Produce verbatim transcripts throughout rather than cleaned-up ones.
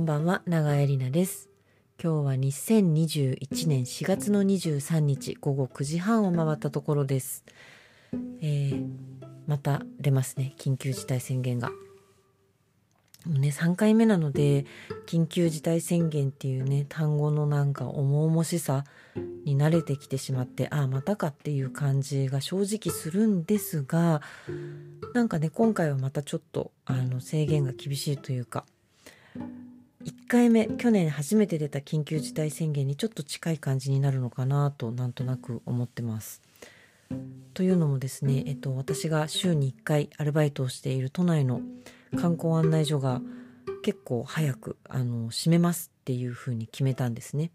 ばんは、永江里奈です。今日はにせんにじゅういちねんしがつのにじゅうさんにちごごくじはんを回ったところです。えー、また出ますね、緊急事態宣言が。もうね、さんかいめなので、緊急事態宣言っていうね、単語のなんか重々しさに慣れてきてしまって、ああ、またかっていう感じが正直するんですが、なんかね、今回はまたちょっとあの制限が厳しいというか、いっかいめ、去年初めて出た緊急事態宣言にちょっと近い感じになるのかなとなんとなく思ってます。というのもですね、えっと、私が週にいっかいアルバイトをしている都内の観光案内所が結構早くあの閉めますっていうふうに決めたんですね。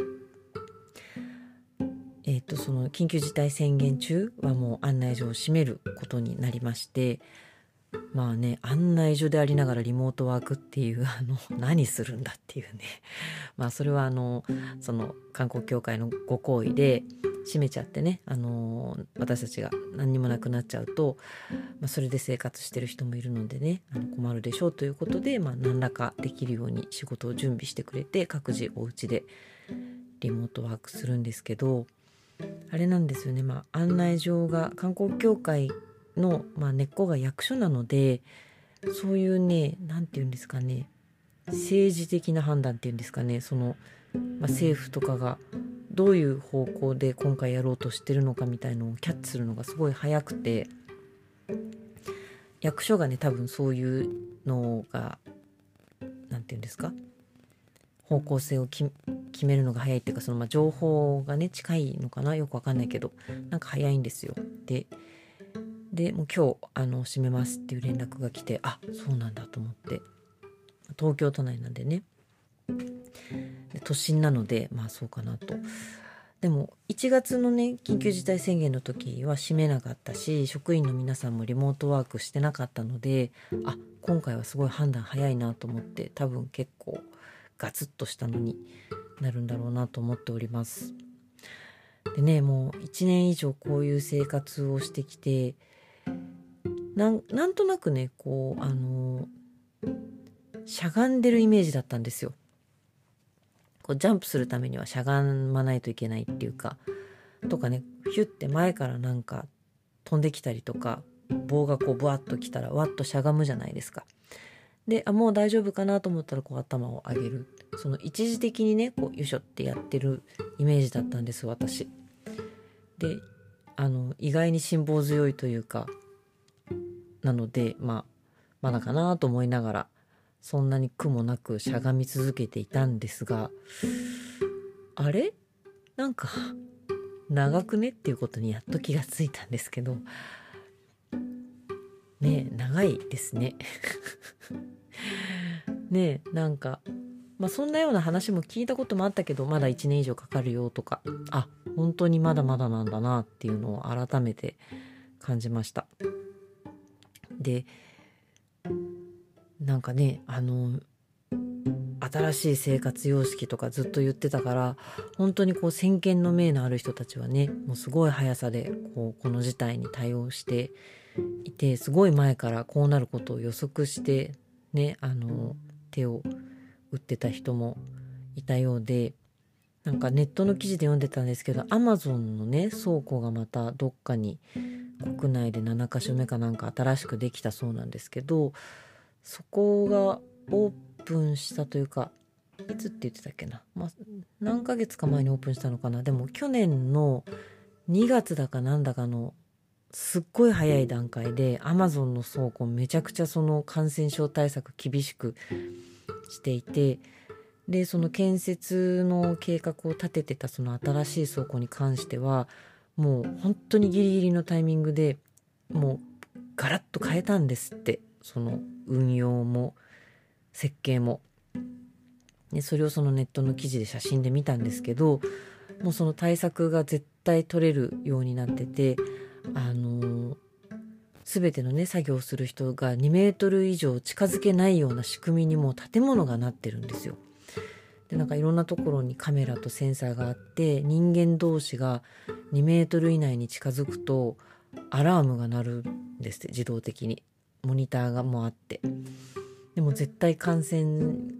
えっと、その緊急事態宣言中はもう案内所を閉めることになりまして、まあね、案内所でありながらリモートワークっていうあの何するんだっていうねまあそれはあのその観光協会のご厚意で閉めちゃってね、あの私たちが何にもなくなっちゃうと、まあ、それで生活してる人もいるのでね、あの困るでしょうということで、まあ、何らかできるように仕事を準備してくれて、各自お家でリモートワークするんですけど、あれなんですよね、まあ、案内所が観光協会の、まあ、根っこが役所なので、そういうね、なんていうんですかね、政治的な判断っていうんですかね、その、まあ、政府とかがどういう方向で今回やろうとしてるのかみたいのをキャッチするのがすごい早くて、役所がね、多分そういうのがなんていうんですか、方向性を決めるのが早いっていうか、そのまあ情報がね近いのかな、よくわかんないけど、なんか早いんですよ。ででもう今日あの閉めますっていう連絡が来て、あ、そうなんだと思って、東京都内なんでね、で都心なので、まあそうかなと。でもいちがつのね緊急事態宣言の時は閉めなかったし、職員の皆さんもリモートワークしてなかったので、あ、今回はすごい判断早いなと思って、多分結構ガツッとしたのになるんだろうなと思っております。でね、もういちねん以上こういう生活をしてきて、なん、なんとなくね、こうあのしゃがんでるイメージだったんですよ。こうジャンプするためにはしゃがまないといけないっていうか、とかね、ヒュッて前からなんか飛んできたりとか、棒がこうブワッときたらわっとしゃがむじゃないですか。で、あ、もう大丈夫かなと思ったらこう頭を上げる、その一時的にね、こうよいしょってやってるイメージだったんです、私。で、あの意外に辛抱強いというか、なので、まあまだかなと思いながら、そんなに苦もなくしゃがみ続けていたんですが、あれ、なんか長くねっていうことにやっと気がついたんですけど、ねえ、長いですねねえ、なんかまあそんなような話も聞いたこともあったけど、まだいちねん以上かかるよとか、あ、本当にまだまだなんだなっていうのを改めて感じました。で、なんかね、あの新しい生活様式とかずっと言ってたから、本当にこう先見の明のある人たちはね、もうすごい速さでこうこの事態に対応していて、すごい前からこうなることを予測してね、あの手を打ってた人もいたようで、なんかネットの記事で読んでたんですけど、アマゾンのね倉庫がまたどっかに国内でななかしょめかなんか新しくできたそうなんですけど、そこがオープンしたというか、いつって言ってたっけな、まあ、何ヶ月か前にオープンしたのかな。でも去年のにがつだかなんだかのすっごい早い段階で、アマゾンの倉庫めちゃくちゃその感染症対策厳しくしていて、でその建設の計画を立ててたその新しい倉庫に関しては、もう本当にギリギリのタイミングでもうガラッと変えたんですって、その運用も設計も。でそれをそのネットの記事で写真で見たんですけど、もうその対策が絶対取れるようになってて、あのー、全てのね作業をする人がにメートル以上近づけないような仕組みにもう建物がなってるんですよ。でなんかいろんなところにカメラとセンサーがあって、人間同士がにメートル以内に近づくとアラームが鳴るんですって、自動的にモニターがもうあって。でも絶対感染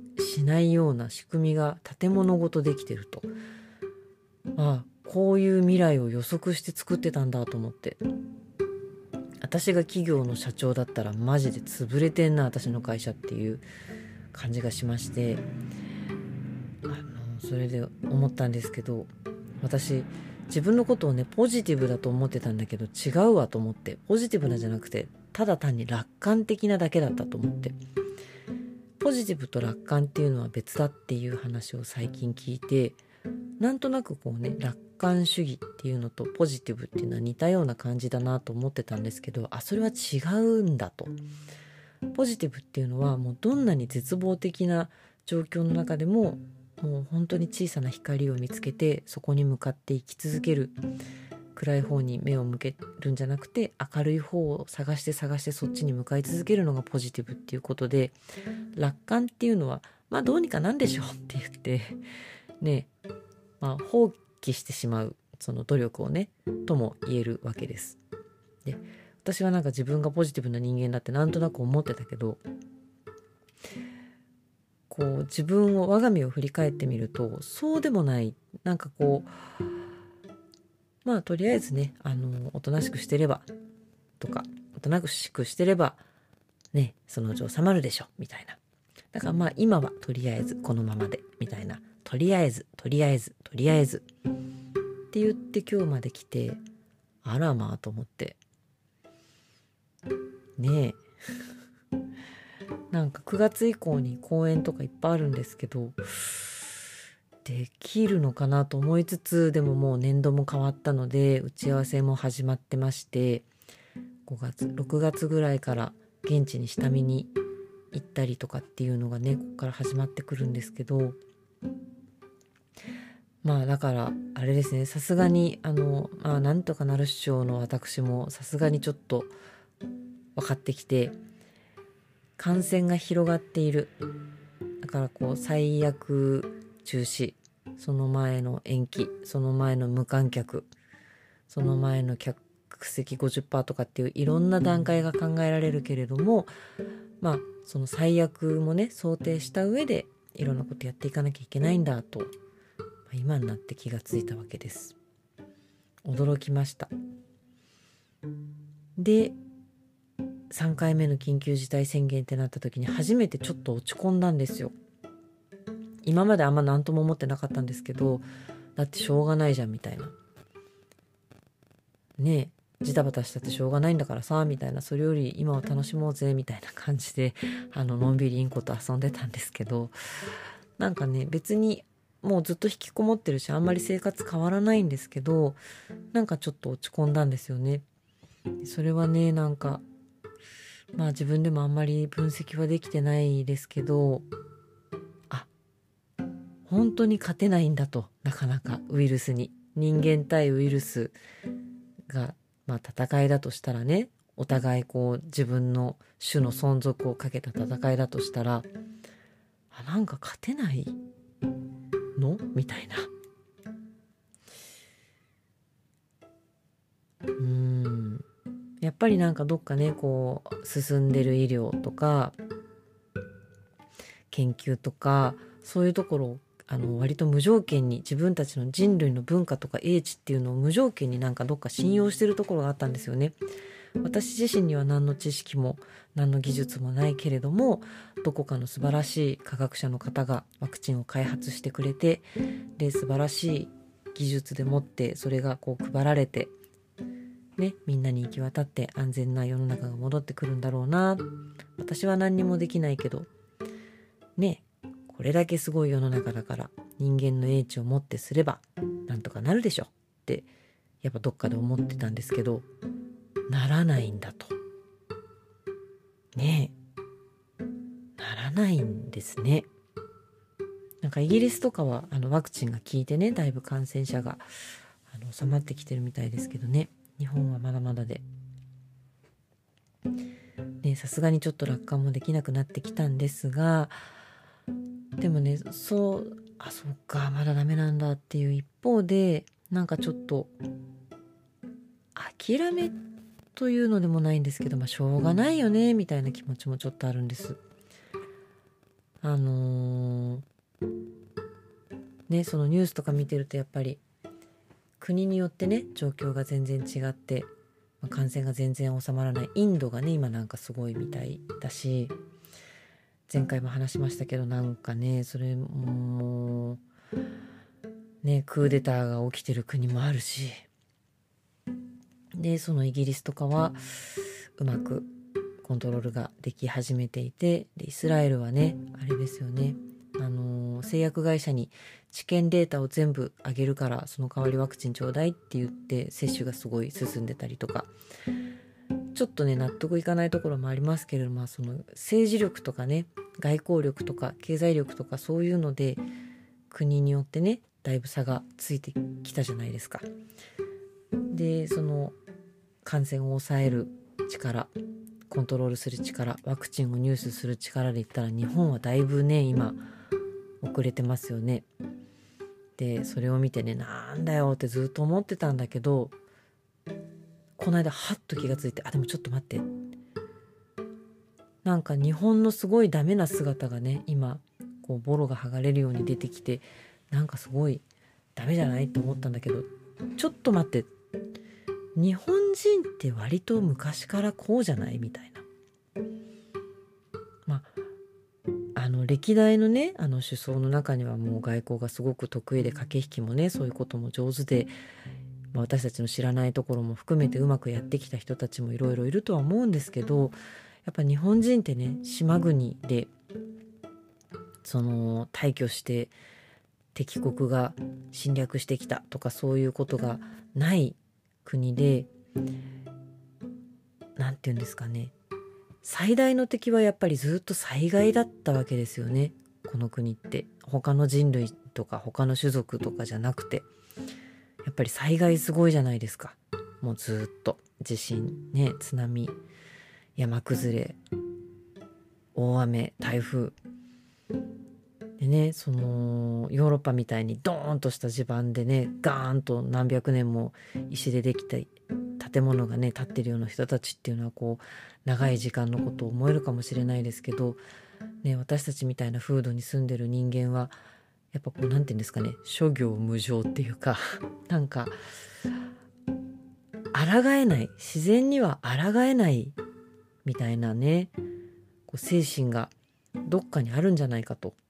しないような仕組みが建物ごとできてると、ああこういう未来を予測して作ってたんだと思って、私が企業の社長だったらマジで潰れてんな私の会社っていう感じがしまして、あのそれで思ったんですけど、私自分のことをねポジティブだと思ってたんだけど違うわと思って、ポジティブなじゃなくてただ単に楽観的なだけだったと思って、ポジティブと楽観っていうのは別だっていう話を最近聞いて、なんとなくこうね楽観主義っていうのとポジティブっていうのは似たような感じだなと思ってたんですけど、あそれは違うんだと。ポジティブっていうのはもうどんなに絶望的な状況の中でももう本当に小さな光を見つけてそこに向かって生き続ける、暗い方に目を向けるんじゃなくて明るい方を探して探してそっちに向かい続けるのがポジティブっていうことで、楽観っていうのはまあどうにかなんでしょうって言ってね、まあ、放棄してしまうその努力をねとも言えるわけです。で、私はなんか自分がポジティブな人間だってなんとなく思ってたけど、こう自分を我が身を振り返ってみるとそうでもない。なんかこうまあとりあえずねあのおとなしくしてればとかおとなしくしてればねそのうち収まるでしょみたいな、だからまあ今はとりあえずこのままでみたいな、とりあえずとりあえずとりあえずって言って今日まで来て、あらまあと思ってねえなんかくがつ以降に公演とかいっぱいあるんですけど、できるのかなと思いつつ、でももう年度も変わったので打ち合わせも始まってまして、ごがつろくがつぐらいから現地に下見に行ったりとかっていうのがねここから始まってくるんですけど、まあだからあれですね、さすがにあの、まあ、なんとかなる師匠の私もさすがにちょっと分かってきて、感染が広がっている、だからこう最悪中止、その前の延期、その前の無観客、その前の客席 ごじゅっパーセント とかっていういろんな段階が考えられるけれども、まあその最悪もね想定した上でいろんなことやっていかなきゃいけないんだと今になって気がついたわけです。驚きました。でさんかいめの緊急事態宣言ってなった時に初めてちょっと落ち込んだんですよ。今まであんま何とも思ってなかったんですけど、だってしょうがないじゃんみたいな、ねえジタバタしたってしょうがないんだからさみたいな、それより今を楽しもうぜみたいな感じであののんびりインコと遊んでたんですけど、なんかね別にもうずっと引きこもってるしあんまり生活変わらないんですけど、なんかちょっと落ち込んだんですよね。それはねなんかまあ自分でもあんまり分析はできてないですけど、あ本当に勝てないんだと、なかなかウイルスに、人間対ウイルスがまあ戦いだとしたらね、お互いこう自分の種の存続をかけた戦いだとしたら、あなんか勝てないのみたいな、うーんやっぱりなんかどっかねこう進んでる医療とか研究とかそういうところをあの割と無条件に自分たちの人類の文化とか英知っていうのを無条件になんかどっか信用してるところがあったんですよね。私自身には何の知識も何の技術もないけれども、どこかの素晴らしい科学者の方がワクチンを開発してくれて、で素晴らしい技術でもってそれがこう配られてね、みんなに行き渡って安全な世の中が戻ってくるんだろうな。私は何にもできないけどね、これだけすごい世の中だから人間の英知をもってすればなんとかなるでしょってやっぱどっかで思ってたんですけど、ならないんだとねえ、ならないんですね。なんかイギリスとかはあのワクチンが効いてねだいぶ感染者があの収まってきてるみたいですけどね、日本はまだまだでね、さすがにちょっと楽観もできなくなってきたんですが、でもねそうあそっかまだダメなんだっていう一方で、なんかちょっと諦めというのでもないんですけど、まあしょうがないよねみたいな気持ちもちょっとあるんです。 あのー、ねそのニュースとか見てるとやっぱり国によってね状況が全然違って、まあ、感染が全然収まらない。インドがね今なんかすごいみたいだし、前回も話しましたけどなんかねそれもねクーデターが起きてる国もあるし、でそのイギリスとかはうまくコントロールができ始めていて、でイスラエルはねあれですよね、あのー、製薬会社に治験データを全部あげるからその代わりワクチンちょうだいって言って接種がすごい進んでたりとか、ちょっとね納得いかないところもありますけれども、まあ、その政治力とかね外交力とか経済力とかそういうので国によってねだいぶ差がついてきたじゃないですか。でその感染を抑える力、コントロールする力、ワクチンを入手する力で言ったら日本はだいぶね今遅れてますよね。でそれを見てねなんだよってずっと思ってたんだけど、この間はっと気がついて、あでもちょっと待って、なんか日本のすごいダメな姿がね今こうボロが剥がれるように出てきて、なんかすごいダメじゃないって思ったんだけど、ちょっと待って、日本人って割と昔からこうじゃないみたいな。まああの歴代のねあの首相の中にはもう外交がすごく得意で駆け引きもねそういうことも上手で、まあ、私たちの知らないところも含めてうまくやってきた人たちもいろいろいるとは思うんですけど、やっぱ日本人ってね島国でその大挙して敵国が侵略してきたとかそういうことがない国で、なんていうんですかね、最大の敵はやっぱりずっと災害だったわけですよね。この国って他の人類とか他の種族とかじゃなくてやっぱり災害すごいじゃないですか。もうずっと地震ね、津波、山崩れ、大雨、台風でね、そのヨーロッパみたいにドーンとした地盤でねガーンと何百年も石でできた建物がね建ってるような人たちっていうのはこう長い時間のことを思えるかもしれないですけど、ね、私たちみたいな風土に住んでる人間はやっぱこうなんていうんですかね、諸行無常っていうかなんか抗えない、自然には抗えないみたいなねこう精神がどっかにあるんじゃないかと。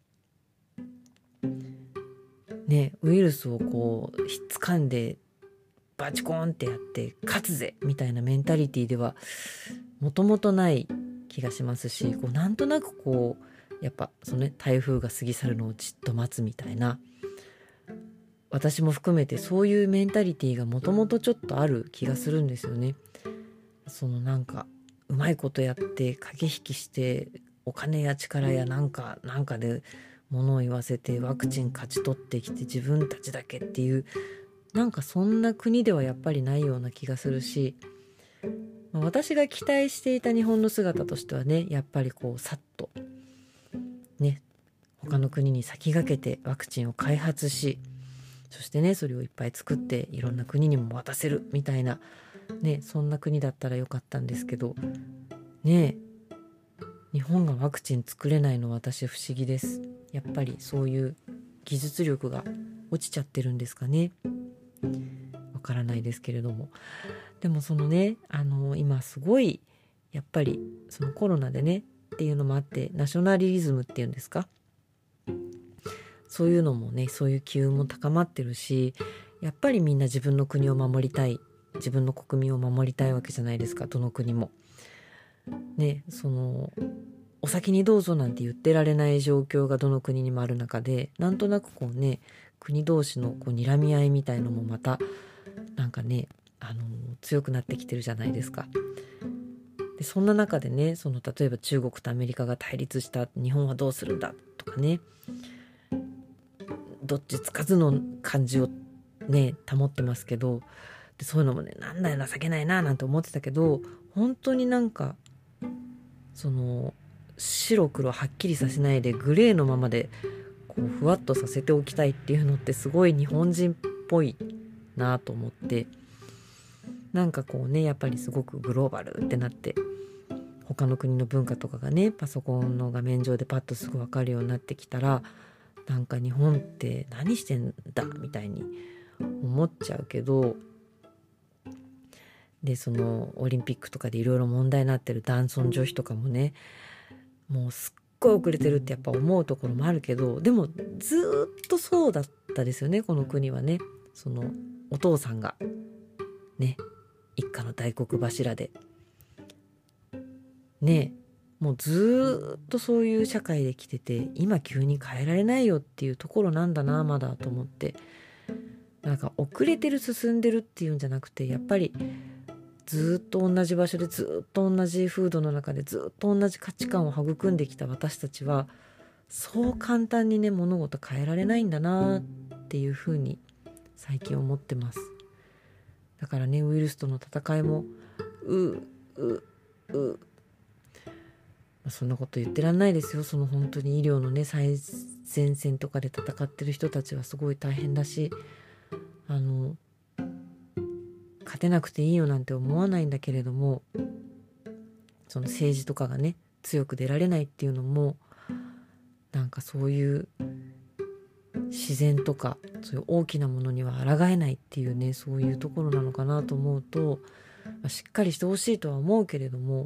ね、ウイルスをこうひっつかんでバチコーンってやって勝つぜみたいなメンタリティではもともとない気がしますし、こうなんとなくこうやっぱそのね台風が過ぎ去るのをじっと待つみたいな、私も含めてそういうメンタリティがもともとちょっとある気がするんですよね。そのなんかうまいことやって駆け引きしてお金や力やなんかなんかで物を言わせてワクチン勝ち取ってきて自分たちだけっていう、なんかそんな国ではやっぱりないような気がするし、まあ、私が期待していた日本の姿としてはねやっぱりこうさっとね他の国に先駆けてワクチンを開発し、そしてねそれをいっぱい作っていろんな国にも渡せるみたいなね、そんな国だったらよかったんですけどね、日本がワクチン作れないのは私不思議です。やっぱりそういう技術力が落ちちゃってるんですかね。わからないですけれども、でもそのねあの今すごいやっぱりそのコロナでねっていうのもあってナショナリズムっていうんですか、そういうのもねそういう機運も高まってるし、やっぱりみんな自分の国を守りたい、自分の国民を守りたいわけじゃないですか、どの国もね。そのお先にどうぞなんて言ってられない状況がどの国にもある中で、なんとなくこうね国同士のこう睨み合いみたいのもまたなんかねあの強くなってきてるじゃないですか。でそんな中でねその例えば中国とアメリカが対立した日本はどうするんだとかね、どっちつかずの感じをね保ってますけど、でそういうのもねなんだよ情けないななんて思ってたけど、本当になんかその白黒はっきりさせないでグレーのままでこうふわっとさせておきたいっていうのってすごい日本人っぽいなと思って、なんかこうねやっぱりすごくグローバルってなって他の国の文化とかがねパソコンの画面上でパッとすぐ分かるようになってきたら、なんか日本って何してんだみたいに思っちゃうけど、でそのオリンピックとかでいろいろ問題になってる男尊女卑とかもね、もうすっごい遅れてるってやっぱ思うところもあるけど、でもずっとそうだったですよね、この国はね。そのお父さんがね一家の大黒柱でね、もうずっとそういう社会で来てて、今急に変えられないよっていうところなんだなまだと思って、なんか遅れてる進んでるっていうんじゃなくて、やっぱりずっと同じ場所でずっと同じ風土の中でずっと同じ価値観を育んできた私たちはそう簡単にね物事変えられないんだなっていうふうに最近思ってます。だからねウイルスとの戦いもうううそんなこと言ってらんないですよ。その本当に医療のね最前線とかで戦ってる人たちはすごい大変だし、あの勝てなくていいよなんて思わないんだけれども、その政治とかがね強く出られないっていうのも、なんかそういう自然とかそういう大きなものには抗えないっていうね、そういうところなのかなと思うと、まあ、しっかりしてほしいとは思うけれども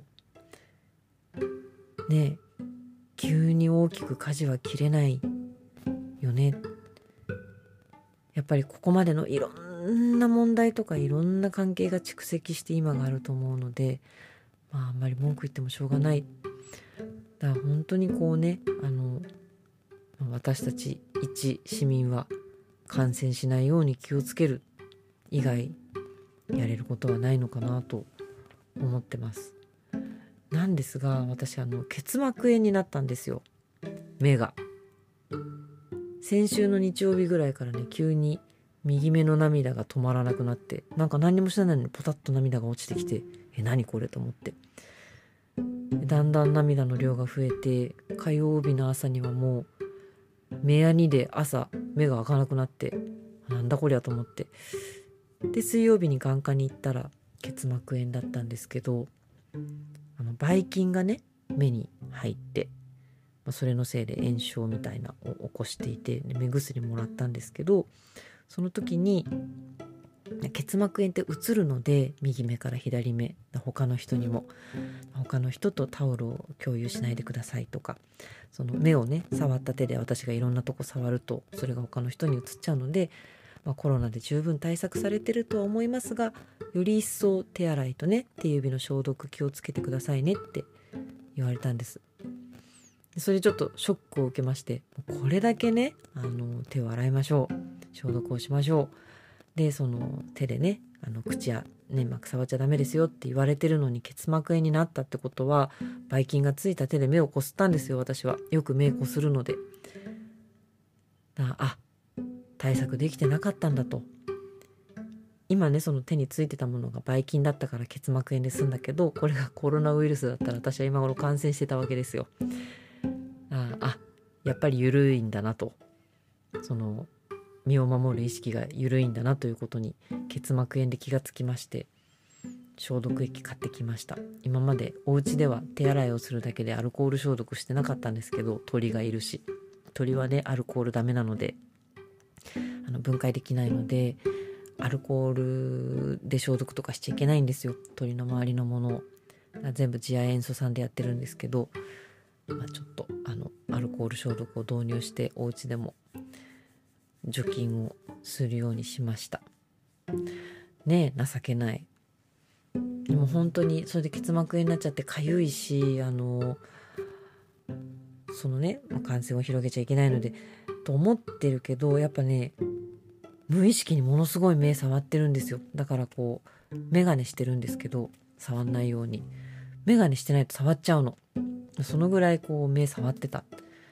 ね、急に大きく舵は切れないよね。やっぱりここまでのいろんな問題とかいろんな関係が蓄積して今があると思うので、まああんまり文句言ってもしょうがない。だから本当にこうね、あの私たち一市民は感染しないように気をつける以外やれることはないのかなと思ってます。なんですが、私あの結膜炎になったんですよ。目が先週の日曜日ぐらいからね、急に右目の涙が止まらなくなって、なんか何にもしてないのにポタッと涙が落ちてきて、え何これと思って、だんだん涙の量が増えて、火曜日の朝にはもう目やにで朝目が開かなくなって、なんだこりゃと思って、で水曜日に眼科に行ったら結膜炎だったんですけど、あのばい菌がね目に入って、まあ、それのせいで炎症みたいなを起こしていて、目薬もらったんですけど、その時に結膜炎ってうつるので、右目から左目、他の人にも他の人とタオルを共有しないでくださいとか、その目をね触った手で私がいろんなとこ触るとそれが他の人にうつっちゃうので、まあ、コロナで十分対策されてるとは思いますが、より一層手洗いとね手指の消毒気をつけてくださいねって言われたんです。それちょっとショックを受けまして、これだけねあの手を洗いましょう、消毒をしましょう、でその手でねあの口や粘膜触っちゃダメですよって言われてるのに結膜炎になったってことは、ばい菌がついた手で目をこすったんですよ。私はよく目こするので、だあ対策できてなかったんだと。今ねその手についてたものがばい菌だったから結膜炎で済んだけど、これがコロナウイルスだったら私は今頃感染してたわけですよ。ああやっぱり緩いんだなと、その身を守る意識が緩いんだなということに結膜炎で気がつきまして、消毒液買ってきました。今までお家では手洗いをするだけでアルコール消毒してなかったんですけど、鳥がいるし、鳥はねアルコールダメなのであの分解できないので、アルコールで消毒とかしちゃいけないんですよ、鳥の周りのものを。全部次亜塩素酸でやってるんですけど、まあ、ちょっとあのアルコール消毒を導入してお家でも除菌をするようにしましたね。え情けない。でも本当にそれで結膜炎になっちゃってかゆいし、あのそのね感染を広げちゃいけないのでと思ってるけど、やっぱね無意識にものすごい目触ってるんですよ。だからこうメガネしてるんですけど触んないように、メガネしてないと触っちゃうの。そのぐらいこう目触ってた。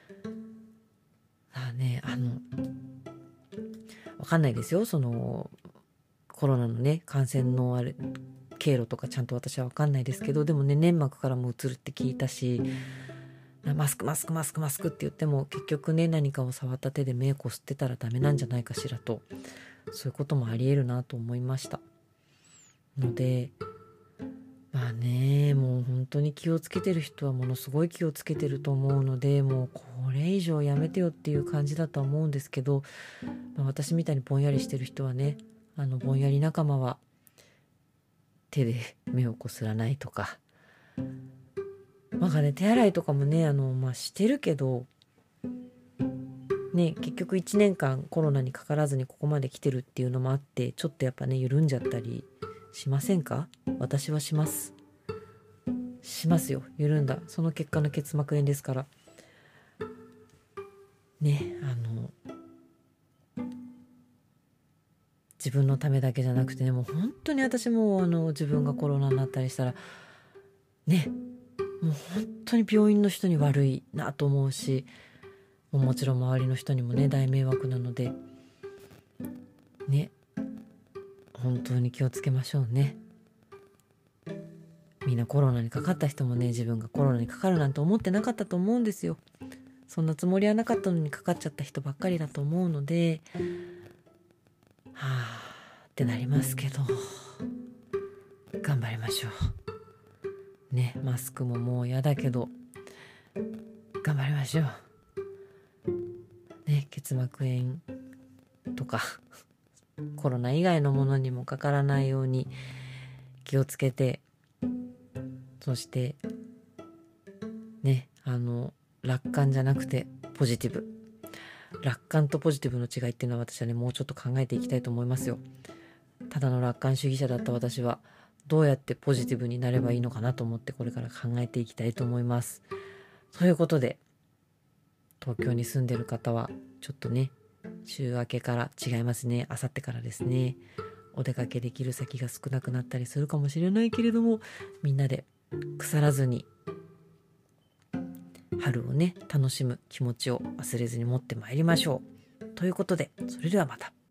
あねあのわかんないですよ、そのコロナのね感染のあれ経路とかちゃんと私はわかんないですけど、でもね粘膜からもうつるって聞いたし、マスクマスクマスクマスクって言っても結局ね何かを触った手で目こすってたらダメなんじゃないかしらと、そういうこともありえるなと思いましたので、まあねもう本当に気をつけてる人はものすごい気をつけてると思うので、もうこれ以上やめてよっていう感じだとは思うんですけど、まあ、私みたいにぼんやりしてる人はね、あのぼんやり仲間は手で目をこすらないとか、まあね、手洗いとかもね、あの、まあ、してるけどね、結局いちねんかんコロナにかからずにここまで来てるっていうのもあって、ちょっとやっぱね緩んじゃったりしませんか？私はしますしますよ。緩んだその結果の結膜炎ですからね。あの自分のためだけじゃなくてね、もう本当に私もあの自分がコロナになったりしたらね、もう本当に病院の人に悪いなと思うし、もちろん周りの人にもね大迷惑なのでね、本当に気をつけましょうね。みんなコロナにかかった人もね、自分がコロナにかかるなんて思ってなかったと思うんですよ。そんなつもりはなかったのにかかっちゃった人ばっかりだと思うので、はあってなりますけど、頑張りましょうね。マスクももう嫌だけど頑張りましょうね。結膜炎とかコロナ以外のものにもかからないように気をつけて、そしてね、あの楽観じゃなくてポジティブ、楽観とポジティブの違いっていうのは私はねもうちょっと考えていきたいと思いますよ。ただの楽観主義者だった私はどうやってポジティブになればいいのかなと思ってこれから考えていきたいと思います。ということで、東京に住んでる方はちょっとね週明けから違いますね、明後日からですね、お出かけできる先が少なくなったりするかもしれないけれども、みんなで腐らずに春をね楽しむ気持ちを忘れずに持ってまいりましょう。ということで、それではまた。